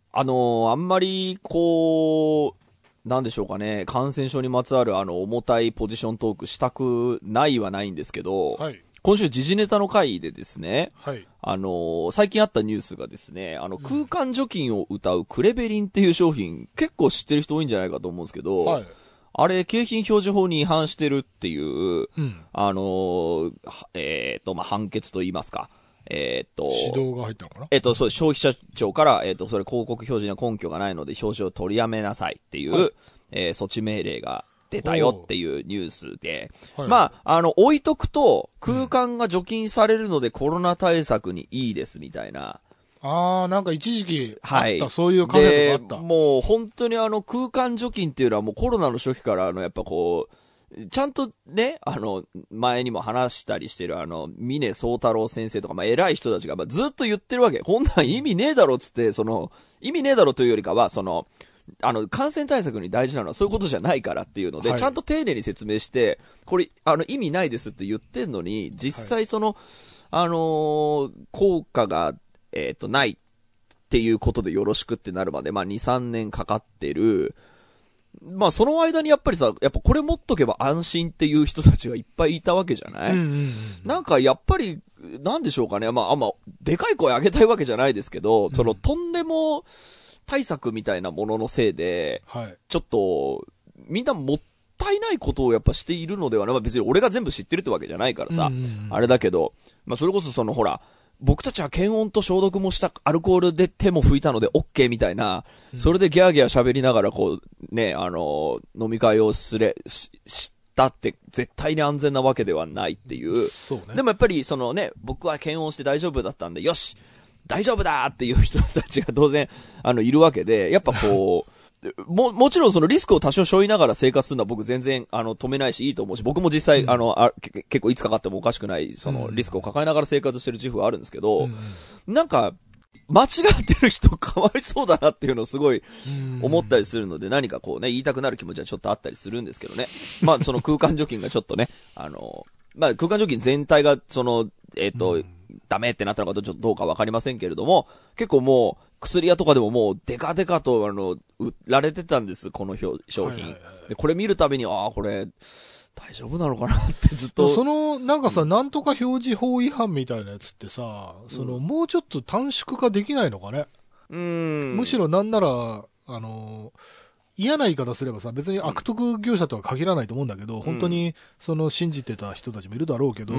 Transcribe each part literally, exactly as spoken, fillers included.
あのー、あんまり、こう、なんでしょうかね、感染症にまつわるあの、重たいポジショントークしたくないはないんですけど、はい、今週時事ネタの回でですね、はい、あのー、最近あったニュースがですね、あの、空間除菌を謳うクレベリンっていう商品、結構知ってる人多いんじゃないかと思うんですけど、はい、あれ、景品表示法に違反してるっていう、うん、あのー、えっと、まあ、判決と言いますか、えっと、 指導が入ったのかなえっと、そう、消費者庁から、えっと、それ広告表示には根拠がないので表示を取りやめなさいっていう、はい、えー、措置命令が出たよっていうニュースで、はい、まあ、あの、置いとくと空間が除菌されるのでコロナ対策にいいですみたいな。 ああ、なんか一時期あった、はい、そういうカフェとかあった。 もう本当にあの空間除菌っていうのはもうコロナの初期からあの、やっぱこう、ちゃんとね、あの、前にも話したりしてるあの、峰宗太郎先生とか、まあ、偉い人たちが、まあ、ずっと言ってるわけ。こんなん意味ねえだろっつって、その、意味ねえだろというよりかは、その、あの、感染対策に大事なのはそういうことじゃないからっていうので、はい、ちゃんと丁寧に説明して、これ、あの、意味ないですって言ってんのに、実際その、はい、あのー、効果が、えっと、ないっていうことでよろしくってなるまで、まあ、に、さんねんかかってる、まあその間にやっぱりさ、やっぱこれ持っとけば安心っていう人たちがいっぱいいたわけじゃない、うんうんうん、なんかやっぱり、なんでしょうかね。まああんま、でかい声上げたいわけじゃないですけど、うん、そのとんでも対策みたいなもののせいで、はい、ちょっと、みんなもったいないことをやっぱしているのではない。まあ別に俺が全部知ってるってわけじゃないからさ、うんうんうん、あれだけど、まあそれこそそのほら、僕たちは検温と消毒もしたアルコールで手も拭いたので OK みたいな、うん、それでギャーギャー喋りながらこうね、あのー、飲み会をすれ、し、したって絶対に安全なわけではないっていう。そうね。でもやっぱりそのね、僕は検温して大丈夫だったんで、よし大丈夫だっていう人たちが当然、あの、いるわけで、やっぱこう、も、もちろんそのリスクを多少背負いながら生活するのは僕全然、あの、止めないしいいと思うし、僕も実際、うん、あのあ、結構いつかかってもおかしくない、その、リスクを抱えながら生活してる自負はあるんですけど、うん、なんか、間違ってる人かわいそうだなっていうのをすごい思ったりするので、何かこうね、言いたくなる気持ちはちょっとあったりするんですけどね。まあ、その空間除菌がちょっとね、あの、まあ、空間除菌全体が、その、えっと、うん、ダメってなったのかちょっとどうかわかりませんけれども、結構もう、薬屋とかでももうデカデカとあの売られてたんです、この商品、はいはいはい、でこれ見るたびにああこれ大丈夫なのかなってずっとそのなんかさ、うん、なんとか表示法違反みたいなやつってさ、その、うん、もうちょっと短縮化できないのかね。うーんむしろなんならあの嫌な言い方すればさ、別に悪徳業者とは限らないと思うんだけど、うん、本当にその信じてた人たちもいるだろうけど、うん、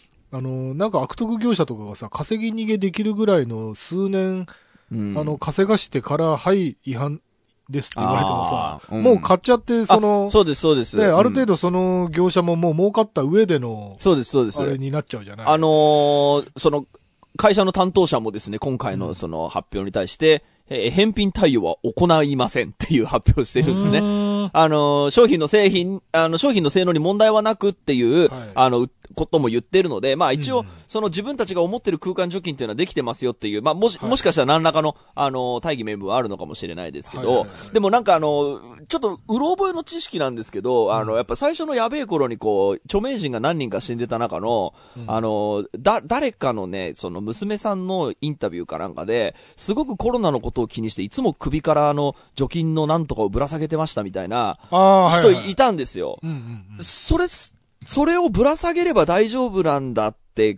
あのなんか悪徳業者とかがさ稼ぎ逃げできるぐらいの数年うん、あの、稼がしてから、はい、違反ですって言われてもさ、うん、もう買っちゃって、その、 そうです、そうです。 ね、うん、ある程度その業者ももう儲かった上での、 そうです、そうです。 あれになっちゃうじゃない。 あのー、その、会社の担当者もですね、今回のその発表に対して、うん、えー、返品対応は行いませんっていう発表をしてるんですね。あのー、商品の製品、あの、商品の性能に問題はなくっていう、はい、あの、ことも言ってるので、まあ一応、その自分たちが思ってる空間除菌っていうのはできてますよっていう、まあもし、はい、もしかしたら何らかの、あの、大義名分はあるのかもしれないですけど、はいはいはい、でもなんかあの、ちょっとうろ覚えの知識なんですけど、あの、やっぱ最初のやべえ頃にこう、著名人が何人か死んでた中の、うん、あの、だ、誰かのね、その娘さんのインタビューかなんかで、すごくコロナのことを気にして、いつも首からあの、除菌のなんとかをぶら下げてましたみたいな、人いたんですよ。それ、それをぶら下げれば大丈夫なんだって、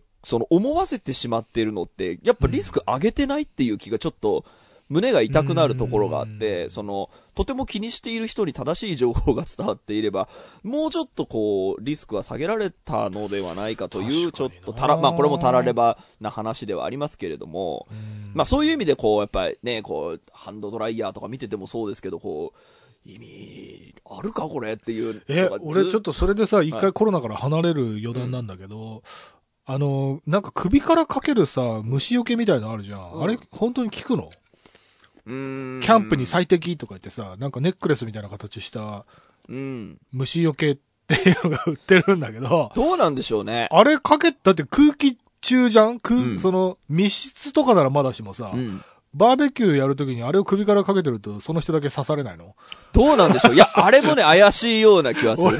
その思わせてしまっているのって、やっぱリスク上げてないっていう気がちょっと胸が痛くなるところがあって、その、とても気にしている人に正しい情報が伝わっていれば、もうちょっとこう、リスクは下げられたのではないかという、ちょっとたら、まあこれもたらればな話ではありますけれども、まあそういう意味でこう、やっぱりね、こう、ハンドドライヤーとか見ててもそうですけど、こう、意味あるかこれっていうえ俺ちょっとそれでさ一回コロナから離れる余談なんだけど、はい、あのなんか首からかけるさ虫除けみたいなのあるじゃん、うん、あれ本当に効くの？うーんキャンプに最適とか言ってさなんかネックレスみたいな形した虫除けっていうのが売ってるんだけどどうなんでしょうね。 あれかけだって空気中じゃん、空、うん、その密室とかならまだしもさ、うんバーベキューやるときにあれを首からかけてるとその人だけ刺されないの？ どうなんでしょう。いや、あれもね、怪しいような気はする。まあ、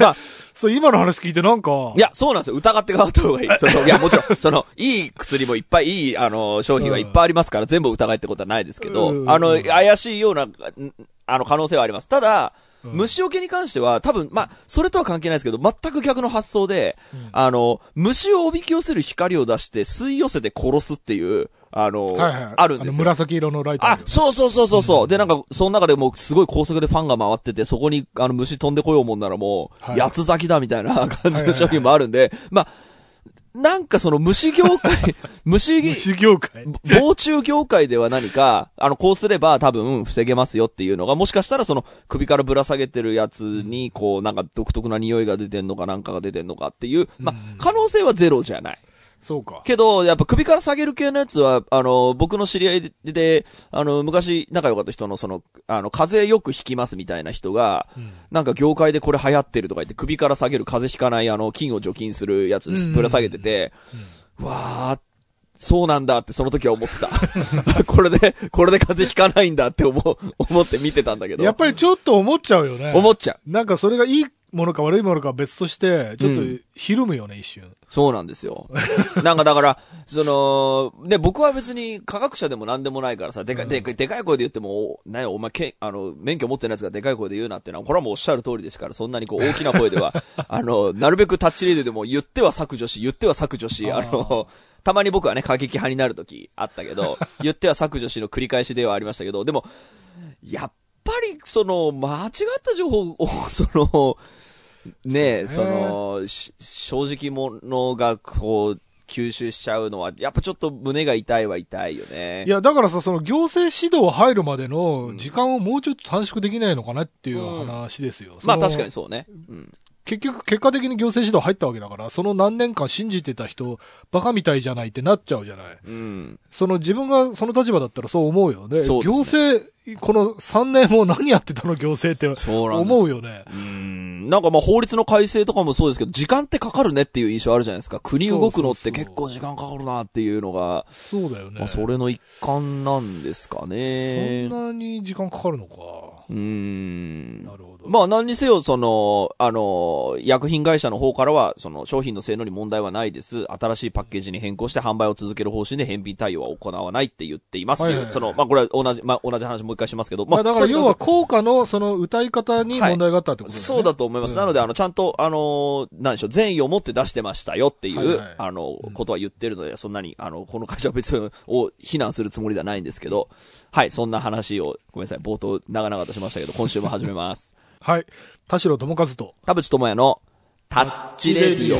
そう、今の話聞いてなんか。 いや、そうなんですよ。疑って変わった方がいい。その、いや、もちろん、その、いい薬もいっぱい、いい、あの、商品はいっぱいありますから、うん、全部疑いってことはないですけど、うん、あの、怪しいような、あの、可能性はあります。ただ、うん、虫除けに関しては、多分、まあ、それとは関係ないですけど、全く逆の発想で、うん、あの、虫をおびき寄せる光を出して、吸い寄せて殺すっていう、あの、はいはい、あるんですよ。あの紫色のライト、ね。 あ、そうそうそうそうそう、うん。で、なんか、その中でもうすごい高速でファンが回ってて、そこに、あの、虫飛んでこようもんならもう、はい、八つ咲きだみたいな感じの商品もあるんで、はいはいはい、まあ、なんかその虫業界、虫、 虫業界防虫業界では何か、あの、こうすれば多分防げますよっていうのが、もしかしたらその首からぶら下げてるやつに、こう、なんか独特な匂いが出てんのかなんかが出てんのかっていう、まあ、可能性はゼロじゃない。 そうか。 けど、やっぱ首から下げる系のやつは、あの、僕の知り合いで、であの、昔仲良かった人のその、あの、風邪よくひきますみたいな人が、うん、なんか業界でこれ流行ってるとか言って首から下げる風邪ひかないあの、菌を除菌するやつぶら下げてて、うんうん、わー、そうなんだってその時は思ってた。これで、これで風邪ひかないんだって思う、思って見てたんだけど。 やっぱりちょっと思っちゃうよね。 思っちゃう。 なんかそれがいいものか悪いものかは別として、ちょっとひるむよね、うん、一瞬。 そうなんですよ。なんかだから、その、ね、僕は別に科学者でもなんでもないからさ、でかい、うん、でかい、でかい声で言っても、なよ、お前け、あの、免許持ってないやつがでかい声で言うなっていうのは、これはもうおっしゃる通りですから、そんなにこう大きな声では、あの、なるべくタッチレディでも言っては削除し、言っては削除し、あの、たまに僕はね、過激派になるときあったけど、言っては削除しの繰り返しではありましたけど、でも、やっぱり、その、間違った情報を、その、ねえ、その、正直者がこう、吸収しちゃうのは、やっぱちょっと胸が痛いは痛いよね。 いや、だからさ、その行政指導入るまでの時間をもうちょっと短縮できないのかなっていう話ですよ。 うん、まあ確かにそうね。うん。 結局、結果的に行政指導入ったわけだから、その何年間信じてた人、バカみたいじゃないってなっちゃうじゃない。 うん。 その自分がその立場だったらそう思うよね。 そうですね。 行政、このさんねんも何やってたの行政って思うよね。 うーん。なんかまあ法律の改正とかもそうですけど、時間ってかかるねっていう印象あるじゃないですか。国動くのって結構時間かかるなっていうのが。 そうだよね。 まあそれの一環なんですかね。 そんなに時間かかるのか。 うーん。 なるほど。 まあ何にせよ、その、あの、薬品会社の方からは、その商品の性能に問題はないです。新しいパッケージに変更して販売を続ける方針で返品対応は行わないって言っていますっていう、はいはいはい、その、まあこれは同じ、まあ同じ話もう一回しますけど、 まあだから要は効果のその歌い方に問題があったってことですね。 はい、そうだと思います。うん、なので、あの、ちゃんと、あの、なんでしょう、善意を持って出してましたよっていう、はいはい、あの、ことは言ってるので、そんなに、あの、この会社は別にを非難するつもりではないんですけど、はい、そんな話を、ごめんなさい、冒頭長々としましたけど、今週も始めます。 はい。田代智和と田淵智也のタッチレディオ。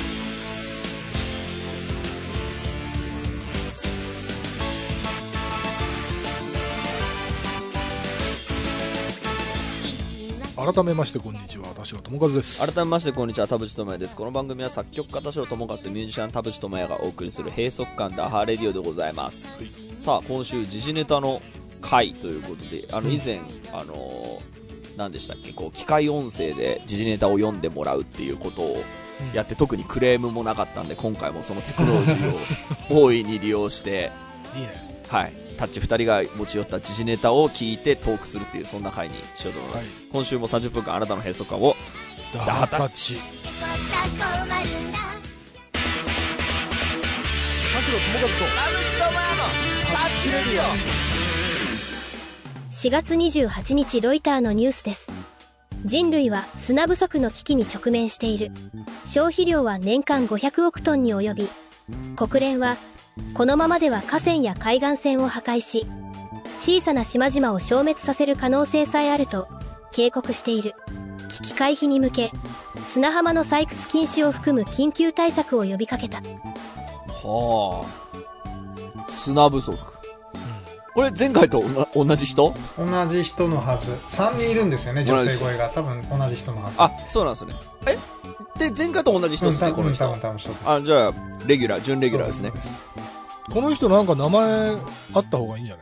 改めましてこんにちは、田代智和です。 改めましてこんにちは、田淵智也です。この番組は作曲家田代智和、ミュージシャン田淵智也がお送りする閉塞感ダハーレディオでございます。はい、さあ、今週時事ネタの回ということで、あの以前、うん、あのー何でしたっけ、こう機械音声で時事ネタを読んでもらうっていうことをやって、うん、特にクレームもなかったんで、今回もそのテクノロジーを大いに利用していいね、 はい、タッチふたりが持ち寄った時事ネタを聞いてトークするっていう、そんな回にしようと思います。はい、今週もさんじゅっぷんかんあなたの閉塞感をダハタッチ。田代智和と田淵智也のタッチレディオ。 しがつにじゅうはちにちロイターのニュースです。人類は砂不足の危機に直面している。消費量は年間ごひゃくおくトンに及び、国連はこのままでは河川や海岸線を破壊し、小さな島々を消滅させる可能性さえあると警告している。危機回避に向け、砂浜の採掘禁止を含む緊急対策を呼びかけた。 はあ、砂不足。これ前回と同じ人？ 同じ人のはず。さんにんいるんですよね、女性声が。多分同じ人のはず。 あ、そうなんですね。えで、前回と同じ人ですね、うん、この人。 多分多分そうです。 あ、じゃあ、レギュラー、準レギュラーですね。 この人なんか名前あった方がいいんじゃ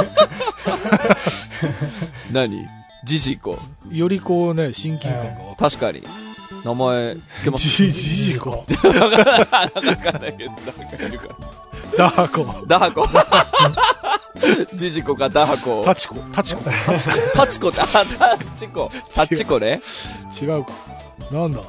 何？ ないジジコ。 よりこうね、親近感が、えー、確かに。名前つけます。 ジジコ。 わかんないけど、なんかいるから。 ダハコ。 ダハコ。ジジコかダハコ。 タチコ。タチコ。 タチコ。タチコって、あ、タチコ。タチコね。 違うか。なんだ。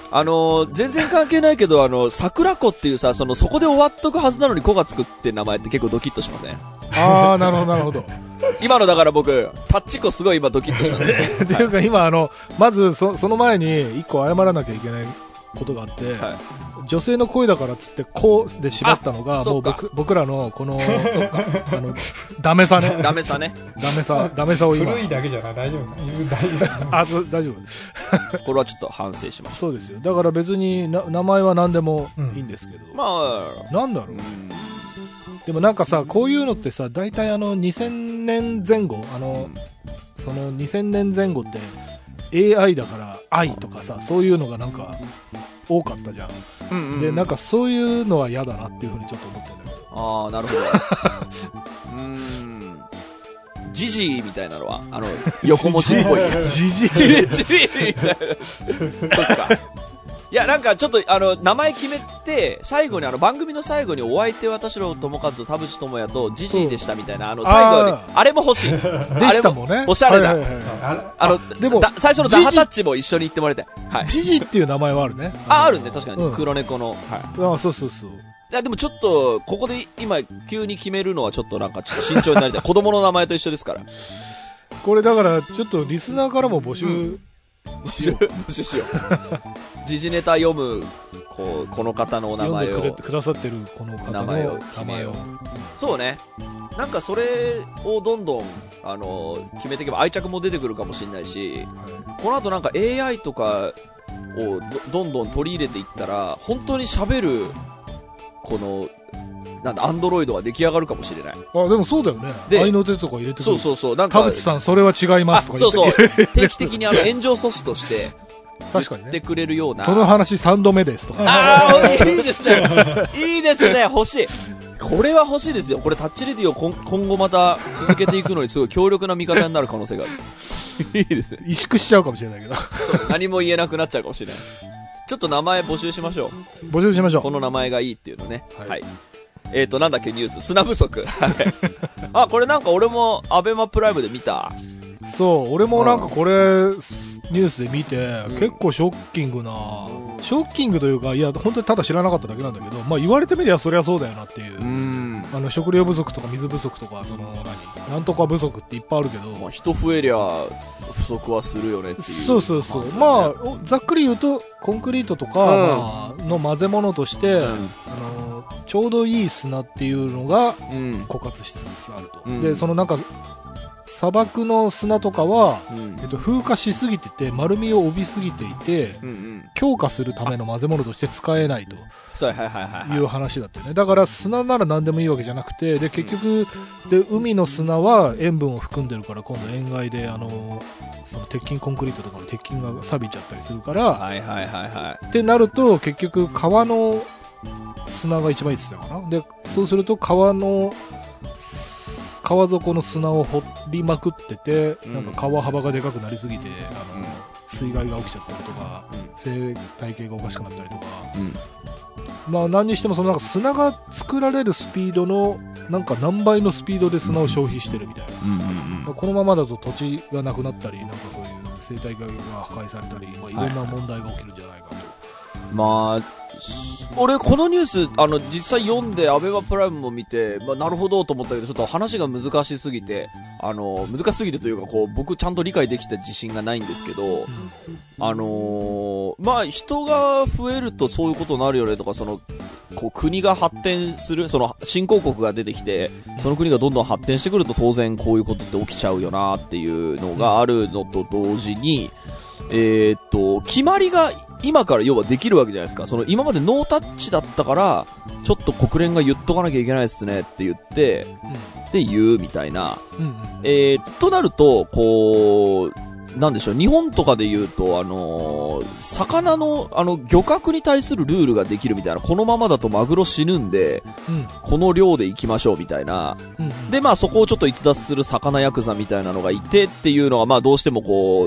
あのー、全然関係ないけど、あの、桜子っていうさ、その、そこで終わっとくはずなのに子がつくって名前って結構ドキッとしません？ あー、なるほど、なるほど。 今のだから僕、タッチ子すごい今ドキッとしたんですよ。 っていうか今、あの、まずそ、その前に一個謝らなきゃいけないことがあって、はい、女性の声だからっつって、こうで縛ったのが、もう僕、僕らの、この、あの、ダメさね。 ダメさね。 ダメさ、ダメさを今。 古いだけじゃない、大丈夫大丈夫。 あ、大丈夫。 これはちょっと反省しました。 そうですよ。だから別にな、名前は何でもいいんですけど。うん、 まあ、 なんだろう。うんでもなんかさ、こういうのってさ、大体あのにせんねんぜん後、あの、そのにせんねんぜん後って エーアイ だから愛とかさ、そういうのがなんか多かったじゃん。うんうんうん、で、なんかそういうのは嫌だなっていうふうにちょっと思ってんだけど。 ああ、なるほど。うーん。ジジイみたいなのは、あの、横文字っぽい。 ジジイジジイみたいな。そっか。いや、なんかちょっと、あの、名前決めて、最後に、あの、番組の最後に、お相手は田代友和と田淵智也とジジイでしたみたいな、あの、最後に、あれも欲しい。 でしたもんね。 おしゃれだ。 はいはいはい、 あの、でも、最初のダハタッチも一緒に言ってもらいたい。はい。 ジジイっていう名前はあるね。 あ、あるね、確かに。うん、黒猫の。はい。 あ、そうそうそう。 いや、でもちょっと、ここで今、急に決めるのはちょっとなんか、ちょっと慎重になりたい。子供の名前と一緒ですから。 これだから、ちょっとリスナーからも募集、うん募集しよう。時事ネタ読む、こう、この方のお名前を。 読んでくださってるこの方の名前を。 名前をそうね。なんかそれをどんどん、あの、決めていけば愛着も出てくるかもしれないし、はい、この後なんか エーアイ とかを ど, どんどん取り入れていったら、本当に喋る、この、なんだ、アンドロイドが出来上がるかもしれない。 あ、でもそうだよね。で、愛の手とか入れてくる。 そうそうそう。なんか、 田淵さん、それは違いますとか言って。 そうそう。定期的にあの、炎上阻止として、 確かにね。 言ってくれるような。 その話さんどめですとか。 ああ、いいですね。いいですね。欲しい。これは欲しいですよ。これタッチレディを今後また続けていくのにすごい強力な味方になる可能性がある。いいですね。 萎縮しちゃうかもしれないけど。 そう何も言えなくなっちゃうかもしれない。ちょっと名前募集しましょう。 募集しましょう。 この名前がいいっていうのね。はい。はい、えっ、ー、と、なんだっけ、ニュース。砂不足。あ、これなんか俺もアベマプライムで見た。 そう、俺もなんかこれ、ニュースで見て、うん、結構ショッキングな、うん、ショッキングというか、いや、本当にただ知らなかっただけなんだけど、まあ言われてみりゃそりゃそうだよなっていう。うん、あの、食料不足とか水不足とか、その、何なんとか不足っていっぱいあるけど。 まあ人増えりゃ、不足はするよねっていう。 そうそうそう。まあ、ざっくり言うと、コンクリートとか、うん、まあ、の混ぜ物として、うん、あの、ちょうどいい砂っていうのが枯渇しつつあると、うん、でそのなんか砂漠の砂とかは、うんえっと、風化しすぎてて丸みを帯びすぎていて、うんうん、強化するための混ぜ物として使えないという話だったよね。だから砂なら何でもいいわけじゃなくてで結局で海の砂は塩分を含んでるから今度塩害であのその鉄筋コンクリートとかの鉄筋が錆びちゃったりするから、はいはいはいはい、ってなると結局川の砂が一番いいって言ってたかな。で、そうすると川の川底の砂を掘りまくってて、うん、なんか川幅がでかくなりすぎて、あの、うん、水害が起きちゃったりとか、うん、生態系がおかしくなったりとか、うん、まあ何にしてもそのなんか砂が作られるスピードのなんか何倍のスピードで砂を消費してるみたいな、うんうんうん、このままだと土地がなくなったり、なんかそういう生態系が破壊されたり、まあ、いろんな問題が起きるんじゃないかと。はい、 まあ俺このニュースあの実際読んでアベマプライムも見て、まあ、なるほどと思ったけどちょっと話が難しすぎてあの難しすぎてというかこう僕ちゃんと理解できた自信がないんですけど、あのー、まあ人が増えるとそういうことになるよねとかそのこう国が発展するその新興国が出てきてその国がどんどん発展してくると当然こういうことって起きちゃうよなっていうのがあるのと同時にえー、っと決まりが今から要はできるわけじゃないですか。その今までノータッチだったからちょっと国連が言っとかなきゃいけないですねって言って、うん、で言うみたいな、うんうん、えー、となるとこうなんでしょう日本とかで言うとあのー、魚のあの漁獲に対するルールができるみたいなこのままだとマグロ死ぬんで、うん、この量で行きましょうみたいな、うんうん、でまあそこをちょっと逸脱する魚ヤクザみたいなのがいてっていうのがまあどうしてもこう口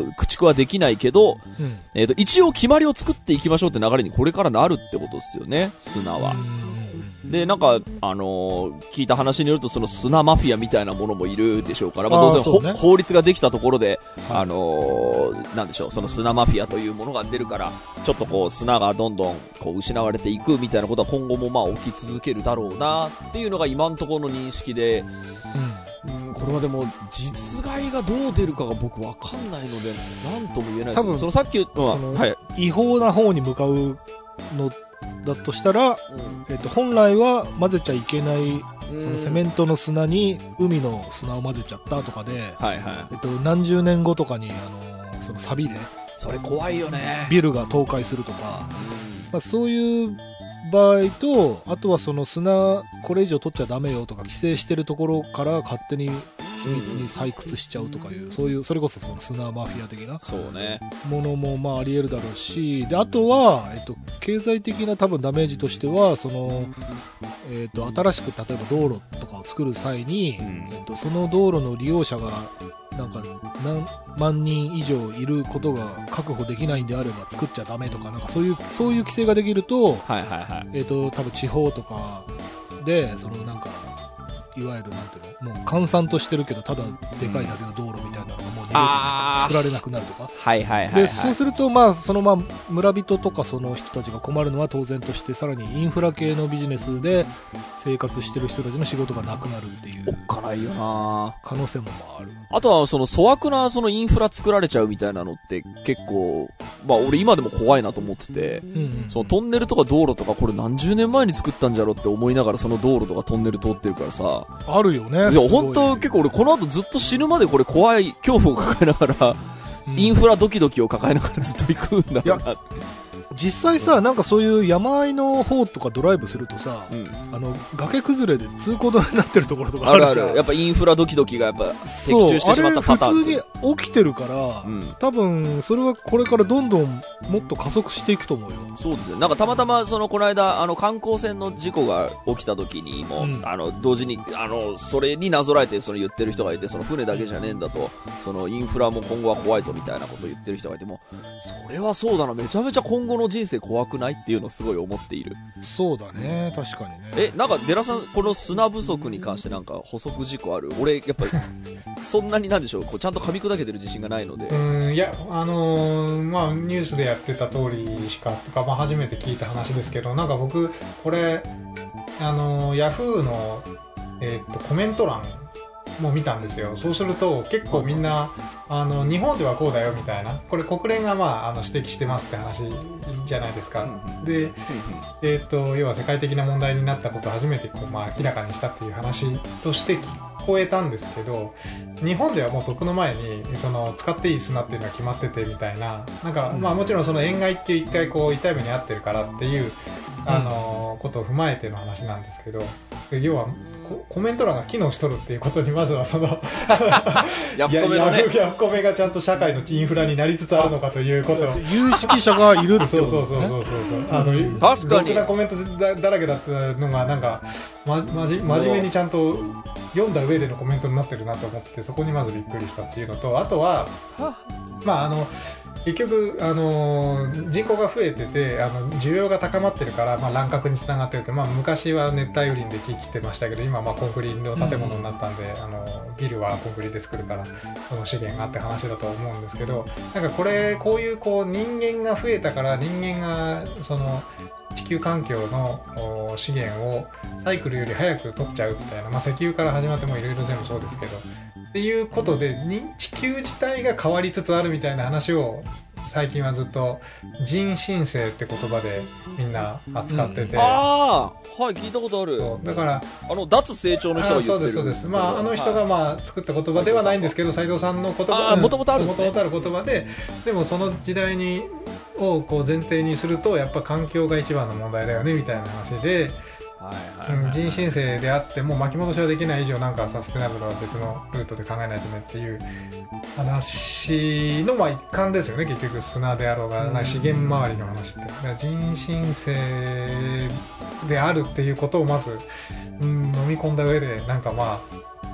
縮はできないけど、 うん、 えっと、一応決まりを作っていきましょうって流れにこれからなるってことですよね、砂は。で、なんか、あのー、聞いた話によると、その砂マフィアみたいなものもいるでしょうから、まあ、当然、ね、法律ができたところで、はい、あのー、なんでしょう、その砂マフィアというものが出るから、ちょっとこう、砂がどんどん、こう、失われていくみたいなことは今後もまあ、起き続けるだろうな、っていうのが今のところの認識で、うん、うん、これはでも、実害がどう出るかが僕わかんないので、なんとも言えないですけど、そのさっき言ったのは、はい。 違法な方に向かうの、だとしたら、うん、えー、と本来は混ぜちゃいけない、そのセメントの砂に海の砂を混ぜちゃったとかで、 はいはい、 えー、と何十年後とかに、あのー、その錆でそれ怖いよね、 ビルが倒壊するとか、うん、まあ、そういう場合と、あとはその砂これ以上取っちゃダメよとか規制してるところから勝手に秘密に採掘しちゃうとかいう、そういうそれこそその砂マフィア的なものもまああり得るだろうし、であとは、えっと、経済的な多分ダメージとしては、その、えっと、新しく例えば道路とかを作る際に、うん、えっと、その道路の利用者がなんか何万人以上いることが確保できないんであれば作っちゃダメとか、なんかそういうそういう規制ができると、 はいはいはい、 えっと、多分地方とかでそのなんかいわゆるなんていうの、もう閑散としてるけどただでかいだけの道路みたいなのがもう二度と作られなくなるとか、 はいはいはい、はい、 でそうすると、まあそのまあ村人とかその人たちが困るのは当然として、さらにインフラ系のビジネスで生活してる人たちの仕事がなくなるっていうおっかないよな可能性もある。 あとはその粗悪なそのインフラ作られちゃうみたいなのって結構、まあ俺今でも怖いなと思ってて、うんうん、そのトンネルとか道路とかこれ何十年前に作ったんじゃろって思いながらその道路とかトンネル通ってるからさ、 あるよね。 いや本当結構俺この後ずっと死ぬまでこれ怖い恐怖を抱えながら、うん、インフラドキドキを抱えながらずっと行くんだろうなって。 実際さ、なんかそういう山あいの方とかドライブするとさ、うん、あの崖崩れで通行止めになってるところとかあるじゃん。 あるある。やっぱインフラドキドキがやっぱ的中してしまったパターンですよ。 普通に起きてるから、うん、多分それはこれからどんどんもっと加速していくと思うよ。 そうですよ。なんかたまたまそのこの間あの観光船の事故が起きた時にも、うん、あの同時にあのそれになぞらえてその言ってる人がいて、その船だけじゃねえんだと、そのインフラも今後は怖いぞみたいなことを言ってる人がいても、それはそうだな、めちゃめちゃ今後の人生怖くないっていうのをすごい思っている。 そうだね、確かにね。 え、なんかデラさんこの砂不足に関してなんか補足事項ある？俺やっぱりそんなになんでしょう、こうちゃんと噛み砕けてる自信がないので。 うん、いや、あのー、まあニュースでやってた通りしかとか、まあ、初めて聞いた話ですけど、なんか僕これあのー、ヤフーの、えー、っとコメント欄も見たんですよ。そうすると結構みんなあの日本ではこうだよみたいな、これ国連が、まあ、あの指摘してますって話じゃないですか。で、えー、と要は世界的な問題になったことを初めてこう、まあ、明らかにしたっていう話として聞こえたんですけど、日本ではもうとっくの前にその使っていい砂っていうのは決まっててみたいな、なんか、まあ、もちろんその塩害っていう一回こう痛い目に遭ってるからっていうあのことを踏まえての話なんですけど、要はコメント欄が機能しとるっていうことに、まずはそのヤフコメのね、 ヤフコメがちゃんと社会のインフラになりつつあるのかということを有識者がいるってことですね。 そうそうそうそうそう、あの確かにろくなコメント だ, だらけだったのがなんか、ま、まじ真面目にちゃんと読んだ上でのコメントになってるなと思って、そこにまずびっくりしたっていうのと、あとはまああの結局、あのー、人口が増えてて、あの需要が高まってるから、まあ、乱獲につながってるって、まあ、昔は熱帯雨林で木切ってましたけど、今はまあコンクリの建物になったんで、うん、あのビルはコンクリで作るからその資源があって話だと思うんですけど、なんかこれこういうこう人間が増えたから、人間がその地球環境の資源をサイクルより早く取っちゃうみたいな、まあ、石油から始まってもいろいろ全部そうですけどっていうことで、地球自体が変わりつつあるみたいな話を最近はずっと人新世って言葉でみんな扱ってて、うん、 ああはい聞いたことある。 だからあの脱成長の人が言ってる。 そうですそうです。まああの人がまあ作った言葉ではないんですけど、斉藤さんの言葉、 もともとあるんですね。 もともとある言葉で、でもその時代にをこう前提にするとやっぱ環境が一番の問題だよねみたいな話で。はいはいはいはい、人新世であっても巻き戻しはできない以上、なんかサステナブルは別のルートで考えないとねっていう話のまあ一環ですよね。結局砂であろうが、うん、資源周りの話って、だから人新世であるっていうことをまず、うん、飲み込んだ上で、なんかまあ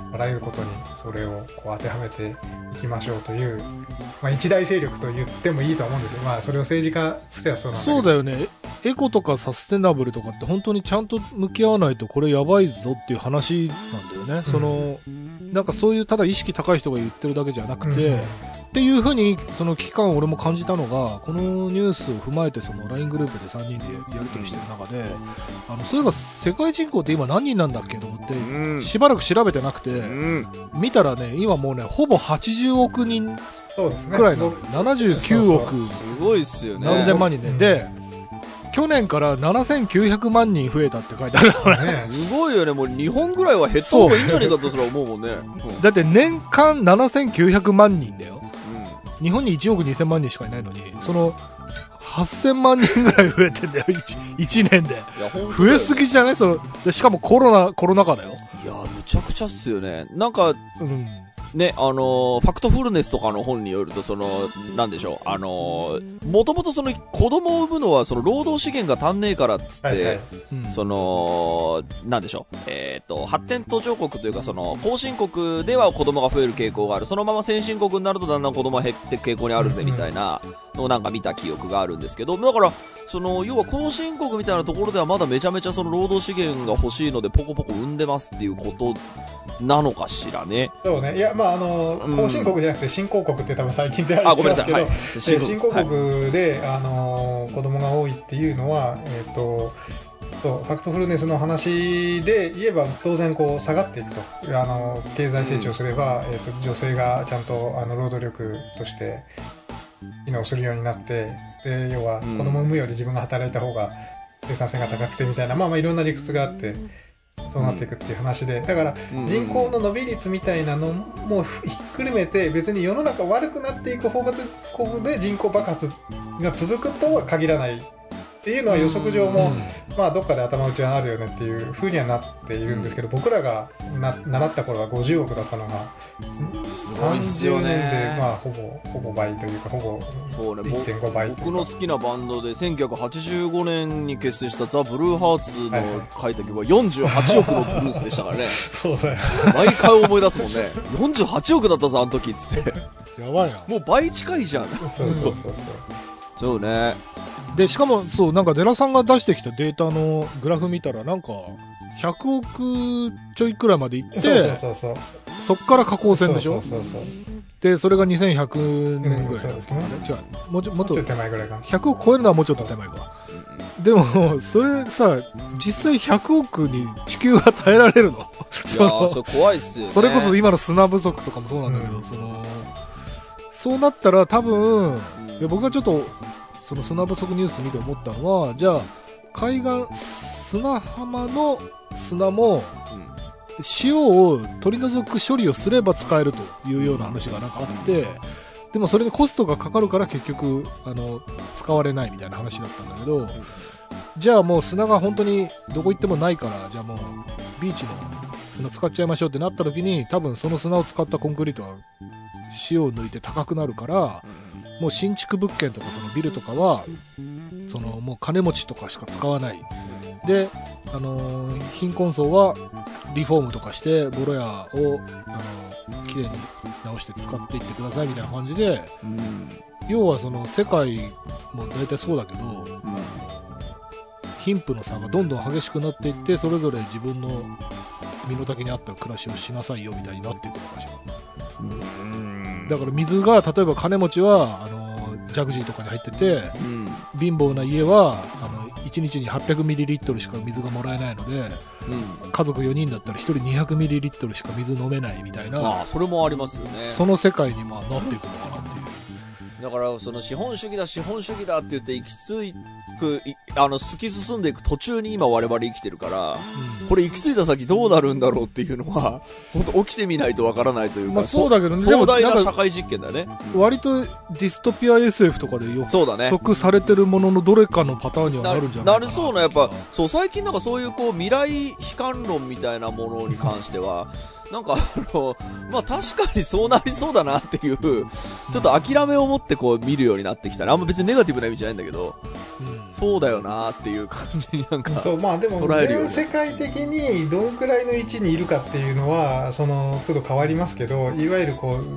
あらゆることにそれをこう当てはめていきましょうという、まあ、一大勢力と言ってもいいと思うんですよ。まあそれを政治家すればそうなんだけど。 そうだよね。エコとかサステナブルとかって本当にちゃんと向き合わないとこれやばいぞっていう話なんだよね、うん、そのなんかそういうただ意識高い人が言ってるだけじゃなくて、うん、っていう風にその危機感を俺も感じたのが、このニュースを踏まえてその ライン グループでさんにんでやり取りしてる中で、あのそういえば世界人口って今何人なんだっけと思って、うん、しばらく調べてなくて、うん、見たらね今もうねほぼはちじゅうおくにんくらいの、ね、ななじゅうきゅうおくすごいっすよね、 何千万人で、うん、で去年からななせんきゅうひゃくまんにん増えたって書いてあるのね。 すごいよね。もう日本ぐらいは減った方がいいんじゃねえかとすら思うもんね。 うん、だって年間ななせんきゅうひゃくまんにんだよ。うん、日本にいちおくにせんまんにんしかいないのに、そのはっせんまんにんぐらい増えてんだよ。いちねんで。増えすぎじゃないそので、しかもコロナ、コロナ禍だよ。 いや、むちゃくちゃっすよね。なんか、うんね、あのー、ファクトフルネスとかの本によると、その、なんでしょう、あのー、もともとその、子供を産むのは、その、労働資源が足んねえからっつって、はいはい、その、なんでしょう、えっと、発展途上国というか、その、後進国では子供が増える傾向がある。そのまま先進国になるとだんだん子供が減っていく傾向にあるぜ、みたいなのをなんか見た記憶があるんですけど、だから、その、要は後進国みたいなところではまだめちゃめちゃその労働資源が欲しいので、ポコポコ産んでますっていうことなのかしらね。 そうね。いや、まあ、あの、後進国じゃなくて新興国って多分最近でありますけど、はい、新興国で、はい、あの子供が多いっていうのは、えっと、そうファクトフルネスの話で言えば当然こう下がっていくと、あの経済成長すれば、うんえー、と女性がちゃんとあの労働力として機能するようになって、で要は子供を産むより自分が働いた方が生産性が高くてみたいな、まあまあいろんな理屈があってそうなっていくっていう話で、だから人口の伸び率みたいなのもひっくるめて別に世の中悪くなっていく方向で人口爆発が続くとは限らないっていうのは予測上も、まあどっかで頭打ちはあるよねっていう風にはなっているんですけど、僕らがな習った頃はごじゅうおくだったのがさんじゅうねんでまあほぼほぼ倍というかほぼ いってんご 倍。 僕の好きなバンドでせんきゅうひゃくはちじゅうごねんに結成したザ・ブルーハーツの書いた曲はよんじゅうはちおくのブルースでしたからね。 そうだよ。 毎回思い出すもんね。よんじゅうはちおくだったぞあの時っつって。 やばいな。 もう倍近いじゃん。 そうそうそうそう。 そうね。 でしかもそうなんかデラさんが出してきたデータのグラフ見たらなんかひゃくおくちょいくらいまでいって、 そうそうそうそう、 そっから下降線でしょ。 そうそうそうそう。 でそれがにせんひゃくねんぐらい、うん、そうですね。違う、もうちょもっと手前ぐらいか。 ひゃくおく超えるのはもうちょっと手前か。でもそれさ実際ひゃくおくに地球は耐えられるの？いやーそれ怖いっすよね。 それこそ今の砂不足とかもそうなんだけど、うん、そのそうなったら多分、うん、いや僕がちょっとその砂不足ニュース見て思ったのは、じゃあ海岸砂浜の砂も塩を取り除く処理をすれば使えるというような話がなんかあって、でもそれでコストがかかるから結局あの使われないみたいな話だったんだけど、じゃあもう砂が本当にどこ行ってもないから、じゃあもうビーチの砂使っちゃいましょうってなった時に、多分その砂を使ったコンクリートは塩を抜いて高くなるから、もう新築物件とかそのビルとかはそのもう金持ちとかしか使わないで、あのー、貧困層はリフォームとかしてボロ屋を、あのー、きれいに直して使っていってくださいみたいな感じで、うん、要はその世界も大体そうだけど、うん、貧富の差がどんどん激しくなっていって、それぞれ自分の身の丈に合った暮らしをしなさいよみたいになっていくのかしら。うんだから水が例えば金持ちはあのジャグジーとかに入ってて、うん、貧乏な家はあのいちにちに はっぴゃくミリリットル しか水がもらえないので、うん、家族よにんだったらひとり にひゃくミリリットル しか水飲めないみたいな、 ああそれもありますよね。 その世界にまあなっていくのかなっていう。 だからその資本主義だ資本主義だって言って行き着くあの突き進んでいく途中に今我々生きてるから、うん、これ行き着いた先どうなるんだろうっていうのは本当起きてみないとわからないというか、 まあ、そうだけど、ね、 壮大な社会実験だね。 割とディストピア エスエフ とかで予測されてるもののどれかのパターンにはなるんじゃないかな。 なるそうなやっぱそう最近なんかそういうこう未来悲観論みたいなものに関してはなんかあのまあ確かにそうなりそうだなっていうちょっと諦めを持ってこう見るようになってきたね。あんま別にネガティブな意味じゃないんだけど、うん、 そうだよなっていう感じになんかそう、まあでも捉えるよね。 全世界的にどのくらいの位置にいるかっていうのはその都度変わりますけど、いわゆるこう、うん、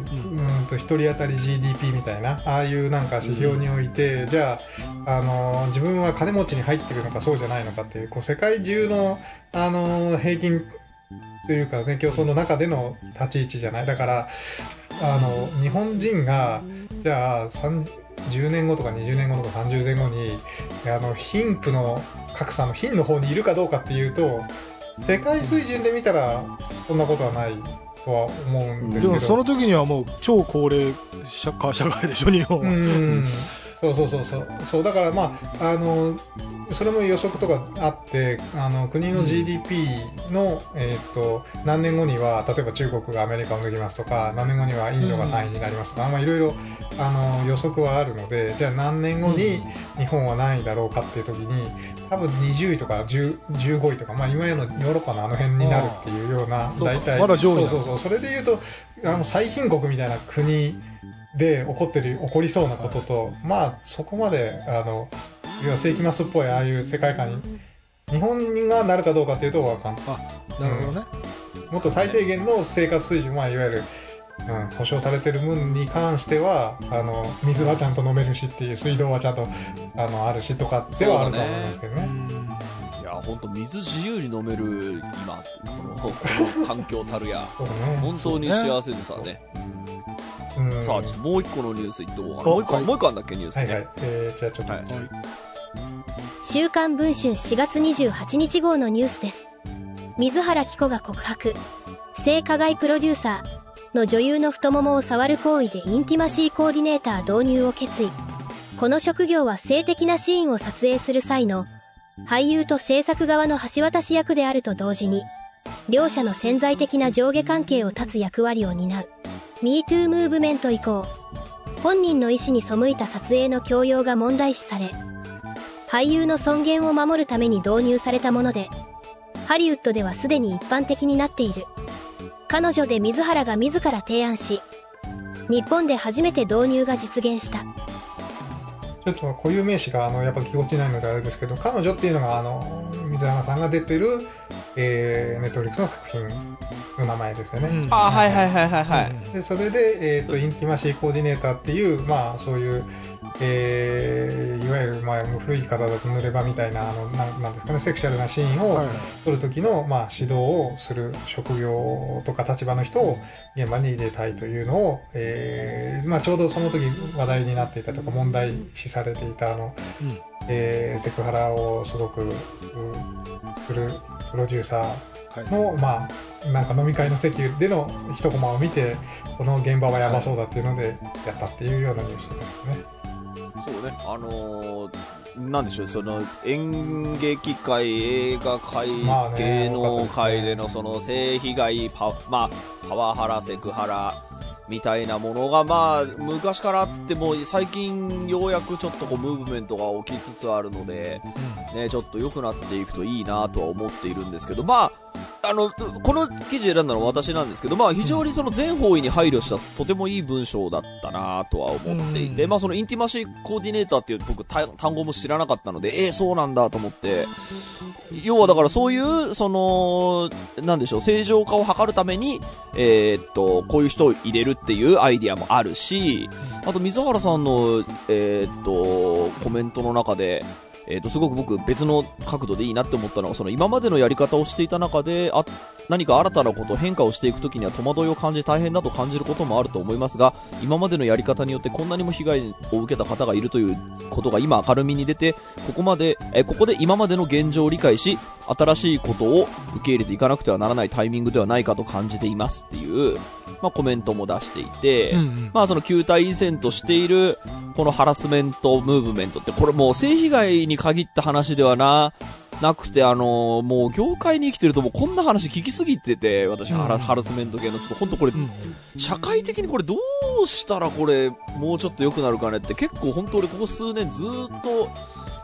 とひとり当たり ジーディーピー みたいなああいうなんか指標において、うん、じゃあ、あの自分は金持ちに入ってるのかそうじゃないのかっていう、こう世界中の、あの平均というかね、競争の中での立ち位置じゃない。だからあの日本人がじゃあじゅうねんごとかにじゅうねんごとかさんじゅうねんごにあの貧富の格差の貧の方にいるかどうかっていうと、世界水準で見たらそんなことはないとは思うんですけど、 でもその時にはもう超高齢社会、社会でしょ日本は。 うんそうそうそうそうそうだからまああのそれも予測とかあって、あの国の ジーディーピー の、うんえー、と何年後には例えば中国がアメリカを抜きますとか、何年後にはインドがさんいになりますとか、まあいろいろあの予測はあるので、じゃあ何年後に日本は何位だろうかっていう時に多分にじゅういとかじゅう、じゅうごいとか、まあ、今のヨーロッパのあの辺になるっていうような、大体まだ上位だ。 そうそうそう、それでいうとあの最貧国みたいな国で起こってる起こりそうなことと、はい、まあそこまであの要は世紀末っぽいああいう世界観に日本がなるかどうかっていうと分かんない。 あ、なるほどね、 うん、もっと最低限の生活水準、まあ、いわゆる、うん、保障されてる分に関してはあの水はちゃんと飲めるしっていう、水道はちゃんとあのあるしとかではあると思いますけどね。 いや本当水自由に飲める今この、この環境たるや、ね、本当に幸せでさね。うん、さあちょっともう一個のニュースいっとこうかな。もう一個、はい、もう一個あんだっけニュースね。 はいはい、えー、じゃあちょっと、はい、 週刊文春しがつにじゅうはちにち号のニュースです。水原希子が告白、性加害プロデューサーの女優の太ももを触る行為でインティマシーコーディネーター導入を決意。この職業は性的なシーンを撮影する際の俳優と制作側の橋渡し役であると同時に、両者の潜在的な上下関係を断つ役割を担う。ミートゥー ムーブメント以降、本人の意思に背いた撮影の強要が問題視され、俳優の尊厳を守るために導入されたもので、ハリウッドではすでに一般的になっている。彼女で水原が自ら提案し、日本で初めて導入が実現した。 ちょっと固有名詞があのやっぱぎこちないのであれですけど、彼女っていうのがあの水原さんが出てる、えー、ネットフリックスの作品の名前ですよね。うん、 あはいはいはいはいはい。 でそれで、えーと、インティマシーコーディネーターっていう、まあそういう、えー、いわゆる、まあ、古い方だと濡れ場みたいなあのななんですかね、セクシャルなシーンを撮る時の、まあ、指導をする職業とか立場の人を現場に入れたいというのを、えーまあ、ちょうどその時話題になっていたとか問題視されていたあの、うんえー、セクハラをすごくするプロデューサーの、はい、まあなんか飲み会の席での一コマを見て、この現場はやばそうだっていうのでやったっていうようなニュースですね。 そうね、あのー、なんでしょう、その演劇界、映画界、まあね、芸能界でのその性被害、パ、まあ、パワハラ、セクハラみたいなものが、まあ、昔からあっても、最近ようやくちょっとこうムーブメントが起きつつあるので、うん、ね、ちょっと良くなっていくといいなとは思っているんですけど、まあ、あの、この記事選んだのは私なんですけど、まあ非常にその全方位に配慮したとてもいい文章だったなとは思っていて、まあそのインティマシーコーディネーターっていう僕単語も知らなかったので、えー、そうなんだと思って、要はだからそういう、その、なんでしょう、正常化を図るために、えー、っと、こういう人を入れるっていうアイディアもあるし、あと水原さんの、えー、っと、コメントの中で、えーと、すごく僕別の角度でいいなって思ったのは、その今までのやり方をしていた中で、あ、何か新たなこと変化をしていくときには戸惑いを感じ大変だと感じることもあると思いますが、今までのやり方によってこんなにも被害を受けた方がいるということが今明るみに出て、ここまで、えー、ここで今までの現状を理解し、新しいことを受け入れていかなくてはならないタイミングではないかと感じていますっていう、まあ、コメントも出していて、うんうん、まあその旧体依然としているこのハラスメントムーブメントって、これもう性被害に限った話ではななくて、あのー、もう業界に生きてるともうこんな話聞きすぎてて、私、うん、ハラ、ハラスメント系のちょっと本当これ、うん、社会的にこれどうしたらこれもうちょっと良くなるかねって、結構本当俺ここ数年ずーっと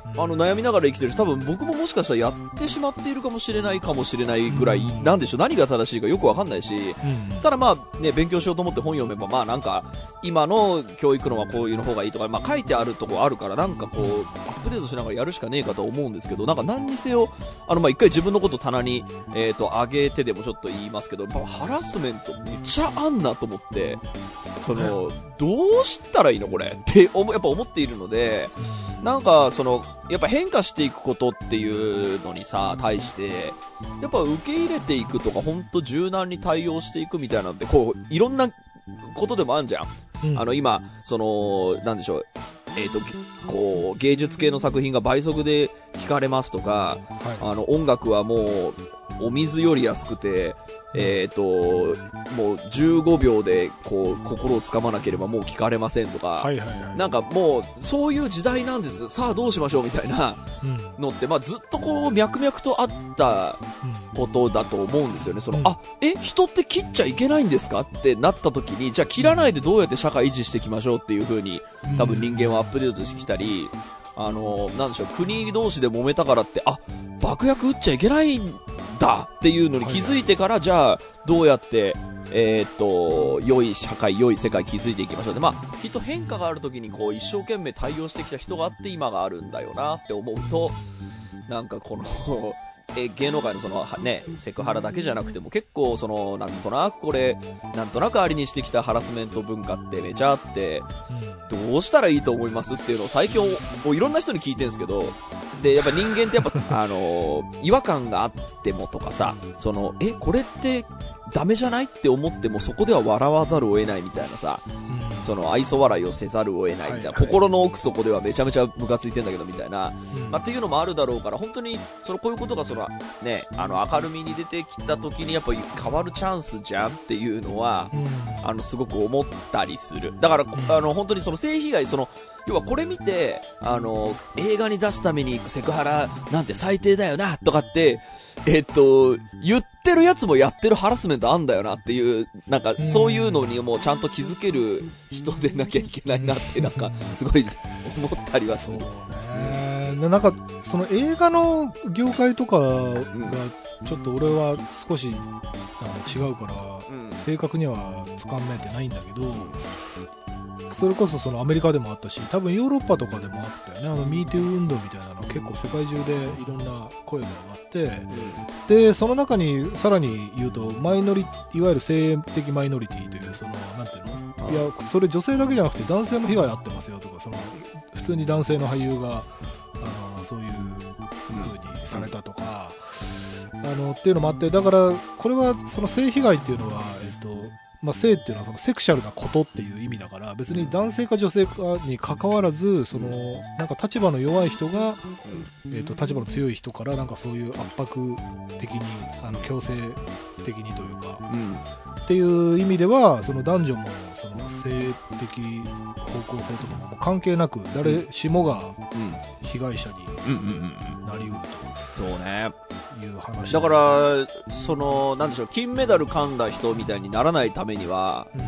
あの悩みながら生きてるし、多分僕ももしかしたらやってしまっているかもしれないかもしれないぐらい、うん、なんでしょう、何が正しいかよくわかんないし、うん、ただまあね、勉強しようと思って本読めば、まあなんか今の教育のはこういうの方がいいとか、まあ書いてあるとこあるから、なんかこうアップデートしながらやるしかねえかと思うんですけど、なんか何にせよ、あのまあ一回自分のこと棚にえっと上げてでもちょっと言いますけど、ハラスメントめっちゃあんなと思って、そのどうしたらいいのこれって思やっぱ思っているので、なんかそのやっぱ変化していくことっていうのにさ対してやっぱ受け入れていくとか、ほんと柔軟に対応していくみたいなのってこういろんなことでもあるじゃん、うん、あの今そのなんでしょう、えーとこう芸術系の作品が倍速で聞かれますとか、はい、あの音楽はもうお水より安くてえーともうじゅうごびょうでこう心をつかまなければもう聞かれませんとか、はいはいはい、なんかもうそういう時代なんです、さあどうしましょうみたいなのって、まあ、ずっとこう脈々とあったことだと思うんですよね。その、うん、あえ人って切っちゃいけないんですかってなった時に、じゃあ切らないでどうやって社会維持していきましょうっていう風に多分人間はアップデートしてきたり、あのなんでしょう、国同士で揉めたからってあ爆薬撃っちゃいけないんだっていうのに気づいてから、はいはい、じゃあどうやってえー、っと良い社会良い世界築いていきましょうで、まあきっと変化がある時にこう一生懸命対応してきた人があって今があるんだよなって思うと、なんかこのえ芸能界のそのねセクハラだけじゃなくても結構そのなんとなくこれなんとなくありにしてきたハラスメント文化ってめちゃあって、どうしたらいいと思いますっていうのを最近もういろんな人に聞いてるんですけど、でやっぱ人間ってやっぱあの違和感があってもとかさ、そのえこれってダメじゃないって思ってもそこでは笑わざるを得ないみたいなさ、うん、その愛想笑いをせざるを得ないみたいな、はいはい、心の奥底ではめちゃめちゃムカついてんだけどみたいな、うんまあ、っていうのもあるだろうから、本当にそのこういうことがその、ね、あの明るみに出てきた時にやっぱり変わるチャンスじゃんっていうのは、うん、あのすごく思ったりする。だから、うん、あの本当にその性被害、その要はこれ見てあの映画に出すためにセクハラなんて最低だよなとかってえっと言ってるやつもやってるハラスメントあんだよなっていう、なんかそういうのにもうちゃんと気づける人でなきゃいけないなってなんかすごい思ったりはする。 そうね、うん、なんかその映画の業界とかがちょっと俺は少しあの違うから、うん、正確にはつかめてないんだけど、それこそそのアメリカでもあったし、多分ヨーロッパとかでもあったよね。あの ミートゥー 運動みたいなの結構世界中でいろんな声が上がって、うん、でその中にさらに言うとマイノリいわゆる性的マイノリティというそのなんていうの、いやそれ女性だけじゃなくて男性も被害あってますよとか、その普通に男性の俳優があのそういう風にされたとか、うん、あのっていうのもあって、だからこれはその性被害っていうのはえっとまあ、性っていうのはそのセクシャルなことっていう意味だから、別に男性か女性かに関わらず、そのなんか立場の弱い人が、えーと立場の強い人からなんかそういう圧迫的にあの強制的にというか、うん、っていう意味ではその男女もその性的方向性とかも関係なく誰しもが被害者になりうると。 そうね。 いう話だからそのなんでしょう、金メダル噛んだ人みたいにならないためには、うん、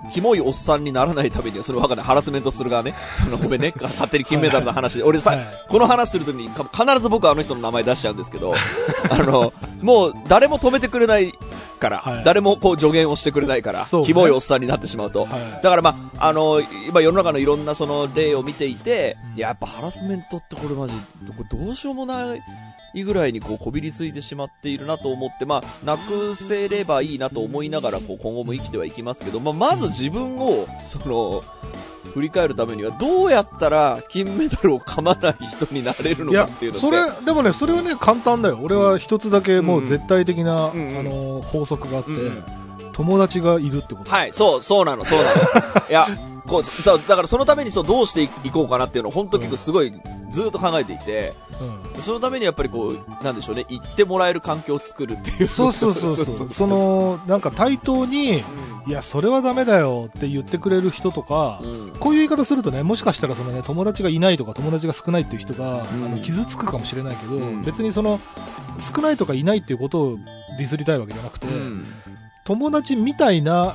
キモいおっさんにならないためには、それ分かんない、ハラスメントする側ね、そのごめんね勝手に金メダルの話で、はいはい、俺さ、はい、この話するときに必ず僕はあの人の名前出しちゃうんですけどあのもう誰も止めてくれないから、はい、誰もこう助言をしてくれないから、ね、キモいおっさんになってしまうと、はい、だからまああの今世の中のいろんなその例を見ていて、うん、いややっぱハラスメントってこれマジこれどうしようもないいぐらいにこうこびりついてしまっているなと思って、まあなくせればいいなと思いながらこう今後も生きてはいきますけど、まあまず自分をその振り返るためにはどうやったら金メダルを噛まない人になれるのかっていうのって、いやそれでもねそれはね簡単だよ。俺は一つだけもう絶対的な、うんうん、あの法則があって、うん、友達がいるってこと。 はい、そうそうなのそうなのいやこうだからそのためにそうどうしていこうかなっていうのを本当結構すごいずっと考えていて、うん、そのためにやっぱりこうなんでしょうね、言ってもらえる環境を作るっていう。 そうそうそうそうそのなんか対等に、うん、いやそれはダメだよって言ってくれる人とか、うん、こういう言い方するとね、もしかしたらそのね友達がいないとか友達が少ないっていう人が、うん、あの傷つくかもしれないけど、うん、別にその少ないとかいないっていうことをディスりたいわけじゃなくて、うん、友達みたいな